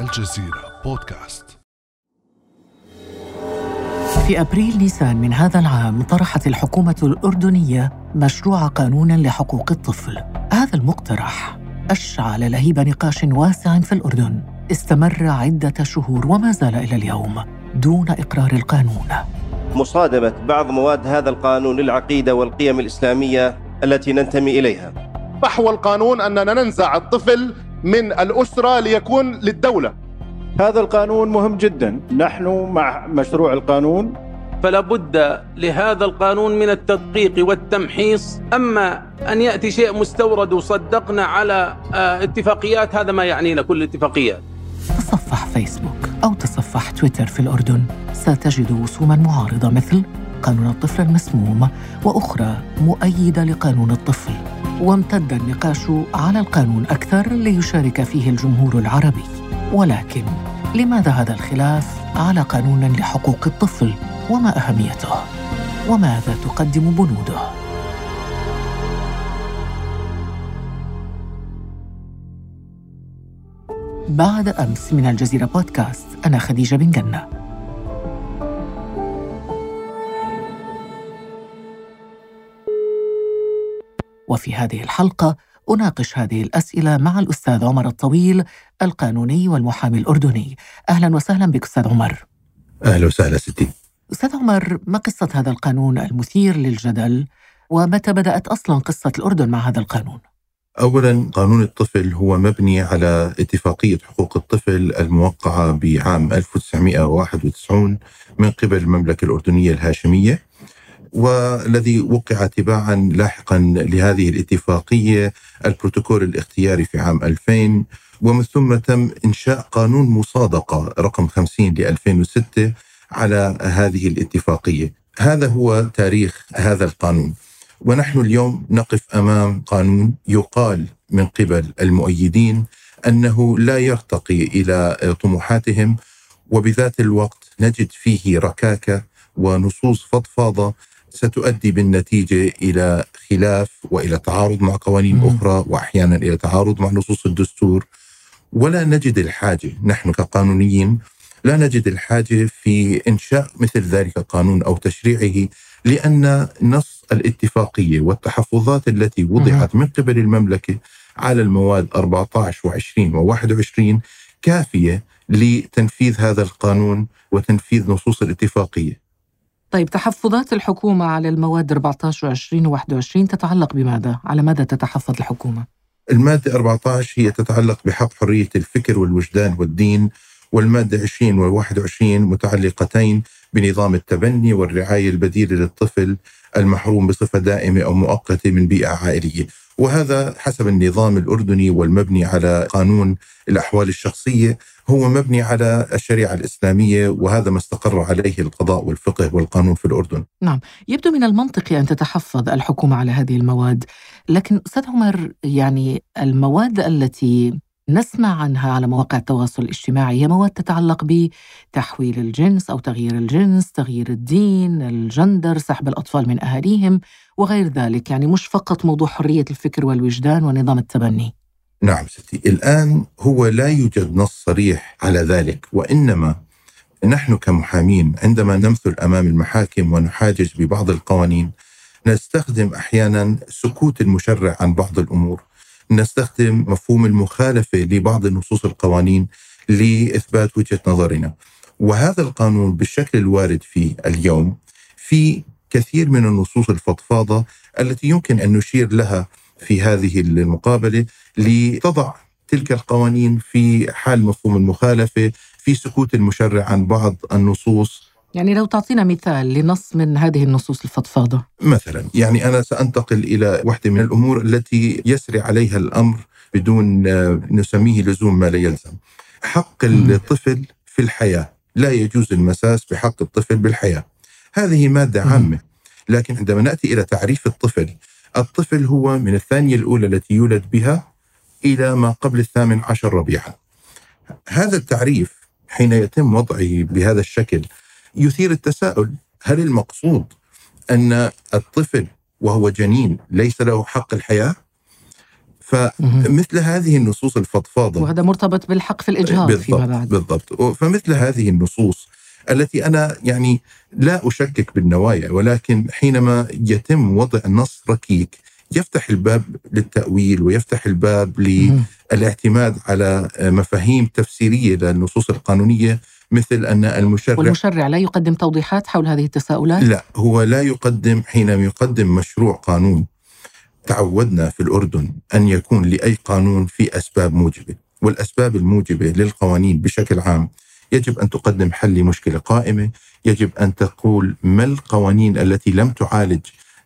الجزيرة بودكاست. في أبريل نيسان من هذا العام طرحت الحكومة الأردنية مشروع قانون لحقوق الطفل. هذا المقترح أشعل لهيب نقاش واسع في الأردن استمر عدة شهور وما زال إلى اليوم دون إقرار القانون. مصادمة بعض مواد هذا القانون للعقيدة والقيم الإسلامية التي ننتمي إليها. فحوى القانون أننا ننزع الطفل من الأسرة ليكون للدولة. هذا القانون مهم جدا، نحن مع مشروع القانون. فلا بد لهذا القانون من التدقيق والتمحيص. أما أن يأتي شيء مستورد وصدقنا على اتفاقيات، هذا ما يعنينا كل الاتفاقيات. تصفح فيسبوك أو تصفح تويتر في الأردن ستجد رسوما معارضة مثل قانون الطفل المسموم وأخرى مؤيدة لقانون الطفل. وامتد النقاش على القانون أكثر ليشارك فيه الجمهور العربي. ولكن لماذا هذا الخلاف على قانون لحقوق الطفل؟ وما أهميته؟ وماذا تقدم بنوده؟ بعد أمس من الجزيرة بودكاست، أنا خديجة بن جنة. وفي هذه الحلقة أناقش هذه الأسئلة مع الأستاذ عمر الطويل القانوني والمحامي الأردني. أهلاً وسهلاً بك أستاذ عمر. أهلا وسهلا ستي. أستاذ عمر، ما قصة هذا القانون المثير للجدل؟ ومتى بدأت أصلاً قصة الأردن مع هذا القانون؟ أولاً، قانون الطفل هو مبني على اتفاقية حقوق الطفل الموقعة بعام 1991 من قبل المملكة الأردنية الهاشمية، والذي وقع تباعاً لاحقاً لهذه الاتفاقية البروتوكول الاختياري في عام 2000، ومن ثم تم إنشاء قانون مصادقة رقم 50 ل2006 على هذه الاتفاقية. هذا هو تاريخ هذا القانون. ونحن اليوم نقف أمام قانون يقال من قبل المؤيدين أنه لا يرتقي إلى طموحاتهم، وبذات الوقت نجد فيه ركاكة ونصوص فضفاضة ستؤدي بالنتيجة إلى خلاف وإلى تعارض مع قوانين أخرى، وأحيانا إلى تعارض مع نصوص الدستور. ولا نجد الحاجة، نحن كقانونيين لا نجد الحاجة في إنشاء مثل ذلك القانون أو تشريعه، لأن نص الاتفاقية والتحفظات التي وضعت من قبل المملكة على المواد 14 و20 و21 كافية لتنفيذ هذا القانون وتنفيذ نصوص الاتفاقية. طيب، تحفظات الحكومة على المواد 14 و20 و21 تتعلق بماذا؟ على ماذا تتحفظ الحكومة؟ المادة 14 هي تتعلق بحق حرية الفكر والوجدان والدين، والمادة 20 و21 متعلقتين بنظام التبني والرعاية البديلة للطفل المحروم بصفة دائمة أو مؤقتة من بيئة عائلية. وهذا حسب النظام الأردني والمبني على قانون الأحوال الشخصية، هو مبني على الشريعة الإسلامية، وهذا ما استقر عليه القضاء والفقه والقانون في الأردن. نعم، يبدو من المنطقي أن تتحفظ الحكومة على هذه المواد. لكن أستاذ عمر، يعني المواد التي نسمع عنها على مواقع التواصل الاجتماعي هي مواد تتعلق بتحويل الجنس أو تغيير الجنس، تغيير الدين، الجندر، سحب الأطفال من أهاليهم وغير ذلك، يعني مش فقط موضوع حرية الفكر والوجدان ونظام التبني. نعم ستي، الآن هو لا يوجد نص صريح على ذلك، وإنما نحن كمحامين عندما نمثل أمام المحاكم ونحاجج ببعض القوانين نستخدم أحيانا سكوت المشرع عن بعض الأمور، نستخدم مفهوم المخالفة لبعض النصوص القوانين لإثبات وجهة نظرنا. وهذا القانون بالشكل الوارد فيه اليوم في كثير من النصوص الفضفاضة التي يمكن أن نشير لها في هذه المقابلة لتضع تلك القوانين في حال مفهوم المخالفة، في سكوت المشرع عن بعض النصوص. يعني لو تعطينا مثال لنص من هذه النصوص الفضفاضة. مثلا، يعني أنا سأنتقل إلى واحدة من الأمور التي يسري عليها الأمر بدون نسميه لزوم ما لا يلزم. حق الطفل في الحياة، لا يجوز المساس بحق الطفل بالحياة. هذه مادة عامة، لكن عندما نأتي إلى تعريف الطفل هو من الثانية الأولى التي يولد بها إلى ما قبل 18 ربيعا. هذا التعريف حين يتم وضعه بهذا الشكل يثير التساؤل: هل المقصود أن الطفل وهو جنين ليس له حق الحياة؟ فمثل هذه النصوص الفضفاضة، وهذا مرتبط بالحق في الإجهاض فيما بعد. بالضبط. فمثل هذه النصوص التي أنا يعني لا أشكك بالنوايا، ولكن حينما يتم وضع نص ركيك يفتح الباب للتأويل ويفتح الباب للاعتماد على مفاهيم تفسيرية للنصوص القانونية، مثل أن والمشرع لا يقدم توضيحات حول هذه التساؤلات؟ لا، هو لا يقدم. حينما يقدم مشروع قانون، تعودنا في الأردن أن يكون لأي قانون في أسباب موجبة، والأسباب الموجبة للقوانين بشكل عام يجب أن تقدم حل لمشكلة قائمة، يجب أن تقول ما القوانين التي لم تعالج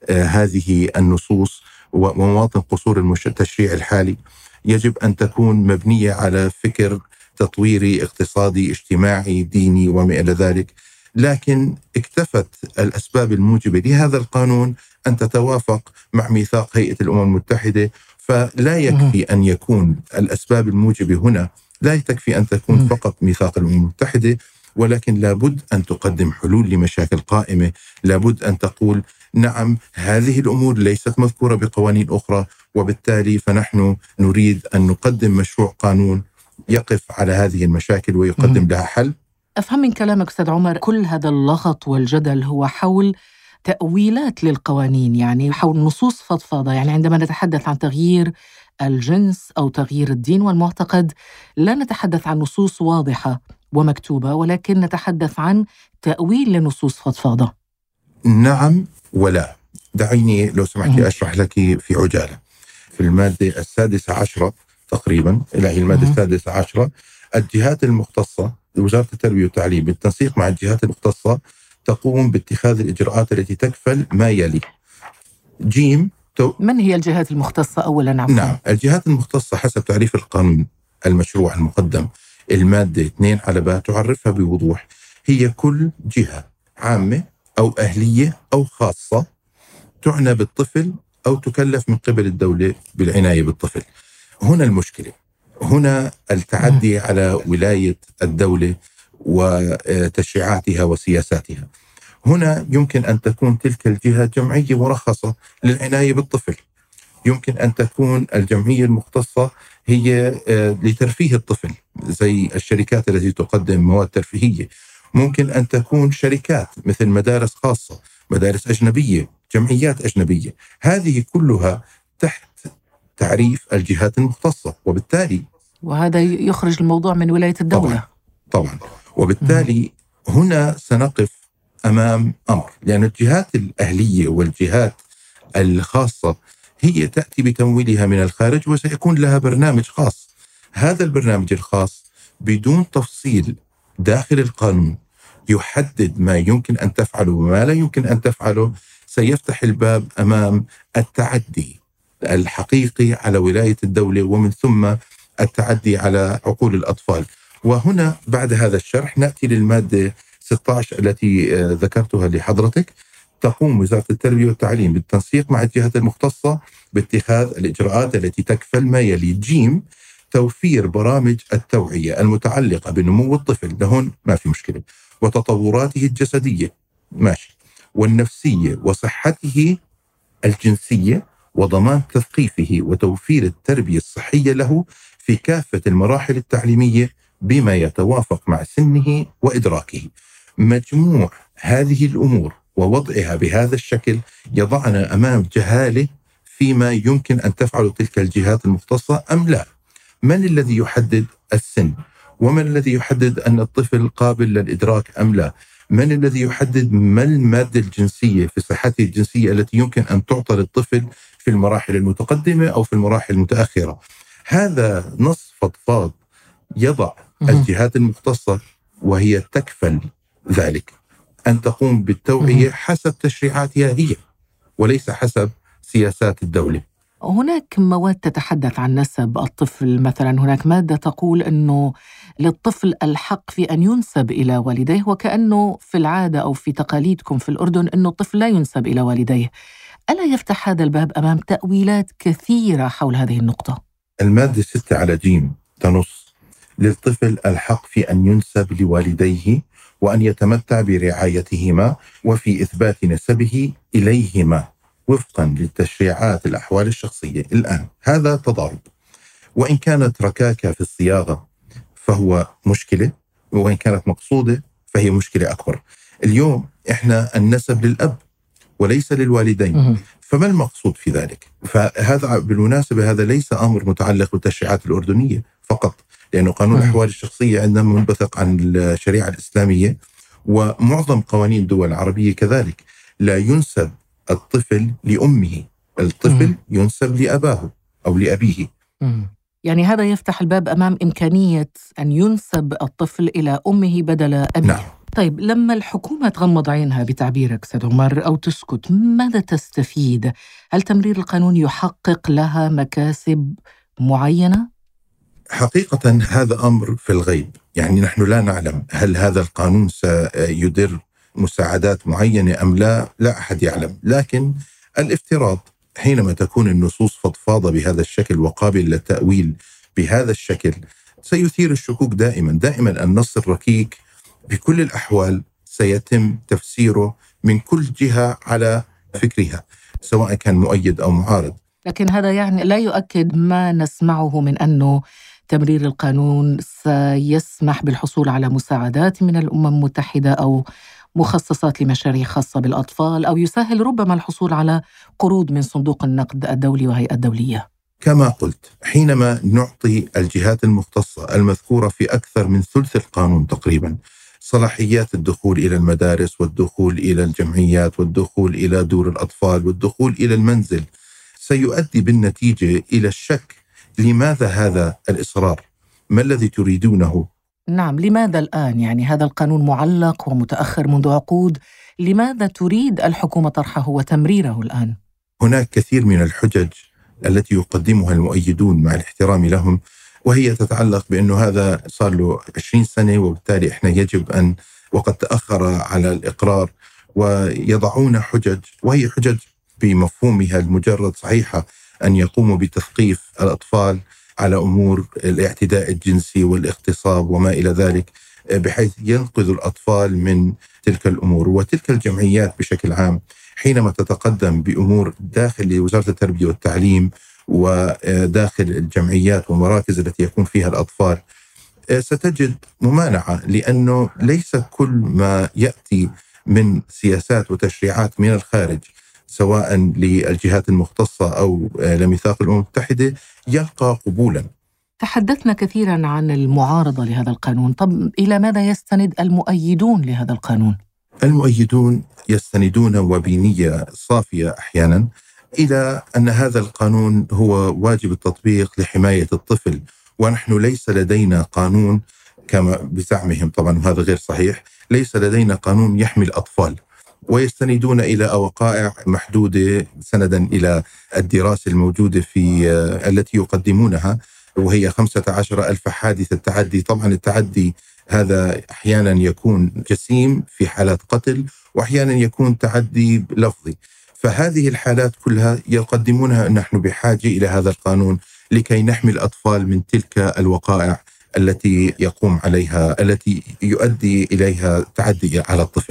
هذه النصوص ومواطن قصور التشريع الحالي، يجب أن تكون مبنية على فكر تطويري اقتصادي اجتماعي ديني وما إلى ذلك. لكن اكتفت الأسباب الموجبة لهذا القانون أن تتوافق مع ميثاق هيئة الأمم المتحدة، فلا يكفي أن يكون الأسباب الموجبة هنا، لا تكفي أن تكون فقط ميثاق الأمم المتحدة، ولكن لابد أن تقدم حلول لمشاكل قائمة. لابد أن تقول نعم هذه الأمور ليست مذكورة بقوانين أخرى، وبالتالي فنحن نريد أن نقدم مشروع قانون يقف على هذه المشاكل ويقدم لها حل. أفهم من كلامك أستاذ عمر كل هذا اللغط والجدل هو حول تأويلات للقوانين، يعني حول نصوص فضفاضة. يعني عندما نتحدث عن تغيير الجنس أو تغيير الدين والمعتقد لا نتحدث عن نصوص واضحة ومكتوبة، ولكن نتحدث عن تأويل لنصوص فضفاضة. نعم ولا. دعيني لو سمحتي أشرح لك في عجالة. في المادة 16 تقريبا، إلى المادة 16، الجهات المختصة وزارة التربية والتعليم بالتنسيق مع الجهات المختصة تقوم باتخاذ الإجراءات التي تكفل ما يلي. جيم. من هي الجهات المختصة أولا؟ عفوا. نعم، الجهات المختصة حسب تعريف القانون المشروع المقدم المادة 2/ب تعرفها بوضوح، هي كل جهة عامة أو أهلية أو خاصة تعنى بالطفل أو تكلف من قبل الدولة بالعناية بالطفل. هنا المشكلة، هنا التعدي على ولاية الدولة وتشريعاتها وسياساتها. هنا يمكن أن تكون تلك الجهة جمعية مرخصة للعناية بالطفل، يمكن أن تكون الجمعية المختصة هي لترفيه الطفل زي الشركات التي تقدم مواد ترفيهية، ممكن أن تكون شركات مثل مدارس خاصة، مدارس أجنبية، جمعيات أجنبية. هذه كلها تحت تعريف الجهات المختصة، وبالتالي وهذا يخرج الموضوع من ولاية الدولة. طبعا. وبالتالي هنا سنقف أمام أمر، لأن الجهات الأهلية والجهات الخاصة هي تأتي بتمويلها من الخارج وسيكون لها برنامج خاص. هذا البرنامج الخاص بدون تفصيل داخل القانون يحدد ما يمكن أن تفعله وما لا يمكن أن تفعله، سيفتح الباب أمام التعدي الحقيقي على ولاية الدولة ومن ثم التعدي على عقول الأطفال. وهنا بعد هذا الشرح نأتي للمادة 16 التي ذكرتها لحضرتك. تقوم وزارة التربية والتعليم بالتنسيق مع الجهات المختصة باتخاذ الإجراءات التي تكفل ما يلي. جيم، توفير برامج التوعية المتعلقة بنمو الطفل، لهون ما في مشكلة، وتطوراته الجسدية ماشي، والنفسية وصحته الجنسية، وضمان تثقيفه وتوفير التربية الصحية له في كافة المراحل التعليمية بما يتوافق مع سنه وإدراكه. مجموع هذه الأمور ووضعها بهذا الشكل يضعنا أمام جهالة فيما يمكن أن تفعل تلك الجهات المختصة أم لا. من الذي يحدد السن؟ ومن الذي يحدد أن الطفل قابل للإدراك أم لا؟ من الذي يحدد ما المادة الجنسية في صحته الجنسية التي يمكن أن تعطى للطفل في المراحل المتقدمة أو في المراحل المتأخرة؟ هذا نص فضفاض يضع الجهات المختصة، وهي تكفل ذلك أن تقوم بالتوعية حسب تشريعاتها هي وليس حسب سياسات الدولة. هناك مواد تتحدث عن نسب الطفل، مثلا هناك مادة تقول أنه للطفل الحق في أن ينسب إلى والديه، وكأنه في العادة أو في تقاليدكم في الأردن أنه الطفل لا ينسب إلى والديه. ألا يفتح هذا الباب أمام تأويلات كثيرة حول هذه النقطة؟ المادة 6 على جيم تنص للطفل الحق في أن ينسب لوالديه وأن يتمتع برعايتهما وفي إثبات نسبه إليهما. وفقا للتشريعات الأحوال الشخصية الآن، هذا تضارب. وإن كانت ركاكة في الصياغة فهو مشكلة، وإن كانت مقصودة فهي مشكلة أكبر. اليوم إحنا النسب للأب وليس للوالدين، فما المقصود في ذلك؟ فهذا بالمناسبة هذا ليس أمر متعلق بالتشريعات الأردنية فقط، لأنه قانون الأحوال الشخصية عندنا منبثق عن الشريعة الإسلامية، ومعظم قوانين الدول العربية كذلك. لا ينسب الطفل لأمه، الطفل ينسب لأباه أو لأبيه. يعني هذا يفتح الباب أمام إمكانية أن ينسب الطفل إلى أمه بدل أبيه. نعم. طيب لما الحكومة تغمض عينها بتعبيرك سيد عمر أو تسكت، ماذا تستفيد؟ هل تمرير القانون يحقق لها مكاسب معينة؟ حقيقة هذا أمر في الغيب، يعني نحن لا نعلم هل هذا القانون سيدر مساعدات معينة أم لا، لا أحد يعلم. لكن الافتراض حينما تكون النصوص فضفاضة بهذا الشكل وقابل للتأويل بهذا الشكل سيثير الشكوك دائما. النص الركيك بكل الأحوال سيتم تفسيره من كل جهة على فكرها، سواء كان مؤيد أو معارض. لكن هذا يعني لا يؤكد ما نسمعه من أنه تمرير القانون سيسمح بالحصول على مساعدات من الأمم المتحدة أو مخصصات لمشاريع خاصة بالأطفال، أو يسهل ربما الحصول على قروض من صندوق النقد الدولي وهيئة دولية. كما قلت، حينما نعطي الجهات المختصة المذكورة في أكثر من ثلث القانون تقريبا صلاحيات الدخول إلى المدارس والدخول إلى الجمعيات والدخول إلى دور الأطفال والدخول إلى المنزل، سيؤدي بالنتيجة إلى الشك. لماذا هذا الإصرار؟ ما الذي تريدونه؟ نعم، لماذا الآن؟ يعني هذا القانون معلق ومتأخر منذ عقود، لماذا تريد الحكومة طرحه وتمريره الآن؟ هناك كثير من الحجج التي يقدمها المؤيدون مع الاحترام لهم، وهي تتعلق بأنه هذا صار له 20 سنة وبالتالي إحنا يجب أن، وقد تأخر على الإقرار، ويضعون حجج وهي حجج بمفهومها المجرد صحيحة، أن يقوموا بتثقيف الأطفال على أمور الاعتداء الجنسي والاغتصاب وما إلى ذلك، بحيث ينقذ الأطفال من تلك الأمور. وتلك الجمعيات بشكل عام حينما تتقدم بأمور داخل وزارة التربية والتعليم وداخل الجمعيات والمراكز التي يكون فيها الأطفال، ستجد ممانعة، لأنه ليس كل ما يأتي من سياسات وتشريعات من الخارج سواء للجهات المختصة أو لميثاق الأمم المتحدة يلقى قبولا. تحدثنا كثيرا عن المعارضة لهذا القانون، طب إلى ماذا يستند المؤيدون لهذا القانون؟ المؤيدون يستندون وبنية صافية أحيانا إلى أن هذا القانون هو واجب التطبيق لحماية الطفل، ونحن ليس لدينا قانون كما بزعمهم، طبعا هذا غير صحيح، ليس لدينا قانون يحمي الأطفال. ويستندون إلى وقائع محدودة سندا إلى الدراسة الموجودة في التي يقدمونها، وهي 15,000 حادثة تعدي. طبعا التعدي هذا أحيانا يكون جسيم في حالات قتل، وأحيانا يكون تعدي لفظي. فهذه الحالات كلها يقدمونها نحن بحاجة إلى هذا القانون لكي نحمي الأطفال من تلك الوقائع التي يقوم عليها، التي يؤدي إليها تعدي على الطفل.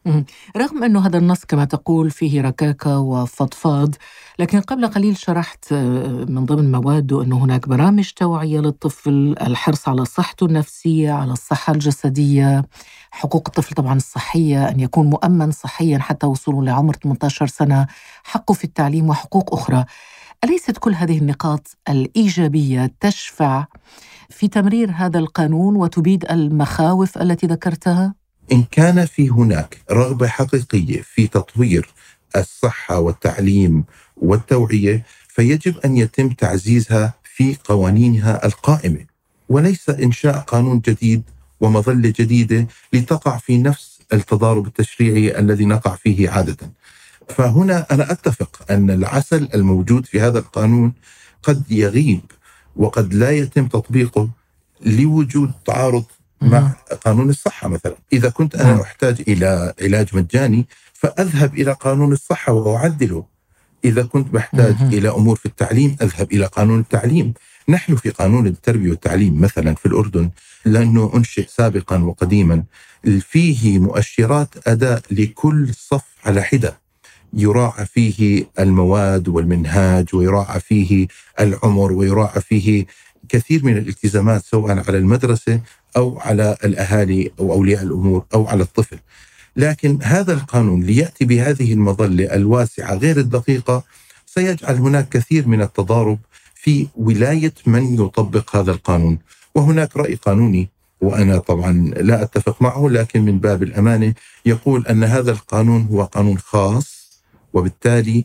رغم أنه هذا النص كما تقول فيه ركاكة وفضفاض، لكن قبل قليل شرحت من ضمن مواده أنه هناك برامج توعية للطفل، الحرص على صحته النفسية، على الصحة الجسدية، حقوق الطفل طبعا الصحية، أن يكون مؤمن صحيا حتى وصوله لعمر 18 سنة، حقه في التعليم وحقوق أخرى. أليست كل هذه النقاط الإيجابية تشفع في تمرير هذا القانون وتبيد المخاوف التي ذكرتها؟ إن كان في هناك رغبة حقيقية في تطوير الصحة والتعليم والتوعية، فيجب أن يتم تعزيزها في قوانينها القائمة، وليس إنشاء قانون جديد ومظلة جديدة لتقع في نفس التضارب التشريعي الذي نقع فيه عادة. فهنا أنا أتفق أن العسل الموجود في هذا القانون قد يغيب وقد لا يتم تطبيقه لوجود تعارض مع قانون الصحة. مثلا إذا كنت أنا أحتاج إلى علاج مجاني فأذهب إلى قانون الصحة وأعدله. إذا كنت محتاج إلى أمور في التعليم أذهب إلى قانون التعليم. نحن في قانون التربية والتعليم مثلا في الأردن، لأنه أنشئ سابقا وقديما، فيه مؤشرات أداء لكل صف على حدة، يراعى فيه المواد والمنهاج، ويراعى فيه العمر، ويراعى فيه كثير من الالتزامات سواء على المدرسة أو على الأهالي أو أولياء الأمور أو على الطفل. لكن هذا القانون ليأتي بهذه المظلة الواسعة غير الدقيقة سيجعل هناك كثير من التضارب في ولاية من يطبق هذا القانون. وهناك رأي قانوني، وأنا طبعا لا أتفق معه، لكن من باب الأمانة يقول أن هذا القانون هو قانون خاص، وبالتالي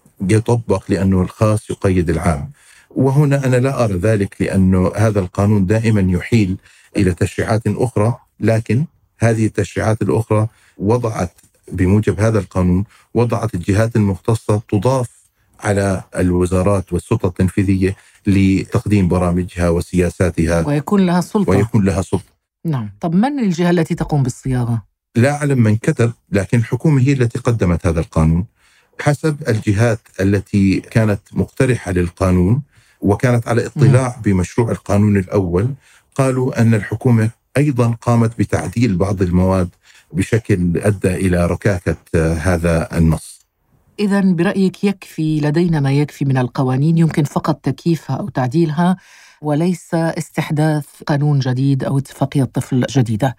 يطبق لأنه الخاص يقيد العام. وهنا أنا لا أرى ذلك، لأنه هذا القانون دائما يحيل إلى تشريعات أخرى، لكن هذه التشريعات الأخرى وضعت بموجب هذا القانون وضعت الجهات المختصة تضاف على الوزارات والسلطة التنفيذية لتقديم برامجها وسياساتها ويكون لها سلطة. نعم. طب من الجهة التي تقوم بالصياغة؟ لا أعلم من كتب، لكن الحكومة هي التي قدمت هذا القانون حسب الجهات التي كانت مقترحة للقانون وكانت على اطلاع بمشروع القانون الأول. قالوا أن الحكومة أيضا قامت بتعديل بعض المواد بشكل أدى إلى ركاكة هذا النص. إذن برأيك يكفي، لدينا ما يكفي من القوانين، يمكن فقط تكييفها أو تعديلها وليس استحداث قانون جديد أو اتفاقية طفل جديدة.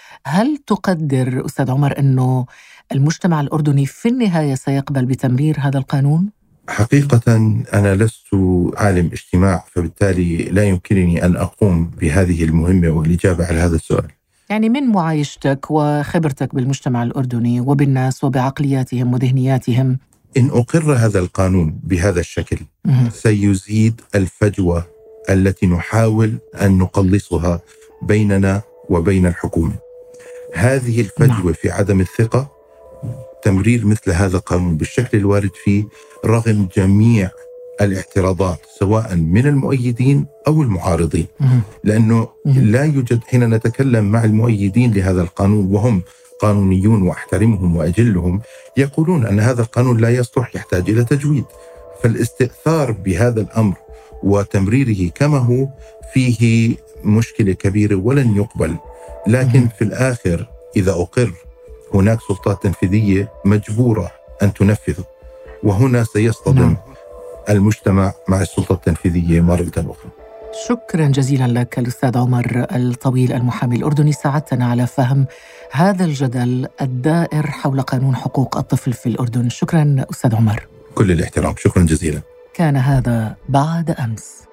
هل تقدر أستاذ عمر أنه المجتمع الأردني في النهاية سيقبل بتمرير هذا القانون؟ حقيقة أنا لست عالم اجتماع، فبالتالي لا يمكنني أن أقوم بهذه المهمة والإجابة على هذا السؤال. يعني من معايشتك وخبرتك بالمجتمع الأردني وبالناس وبعقلياتهم وذهنياتهم، إن أقر هذا القانون بهذا الشكل سيزيد الفجوة التي نحاول أن نقلصها بيننا وبين الحكومة. هذه الفجوة في عدم الثقة، تمرير مثل هذا القانون بالشكل الوارد فيه رغم جميع الاعتراضات سواء من المؤيدين أو المعارضين، لأنه لا يوجد حين نتكلم مع المؤيدين لهذا القانون وهم قانونيون وأحترمهم وأجلهم، يقولون أن هذا القانون لا يصلح، يحتاج إلى تجويد. فالاستئثار بهذا الأمر وتمريره كما هو فيه مشكلة كبيرة ولن يقبل. لكن في الآخر إذا أقر هناك سلطات تنفيذية مجبورة أن تنفذه، وهنا سيصطدم المجتمع مع السلطة التنفيذية مرة أخرى. شكرا جزيلا لك الأستاذ عمر الطويل المحامي الأردني، ساعدتنا على فهم هذا الجدل الدائر حول قانون حقوق الطفل في الأردن. شكرا أستاذ عمر. كل الاحترام، شكرا جزيلا. كان هذا بعد أمس.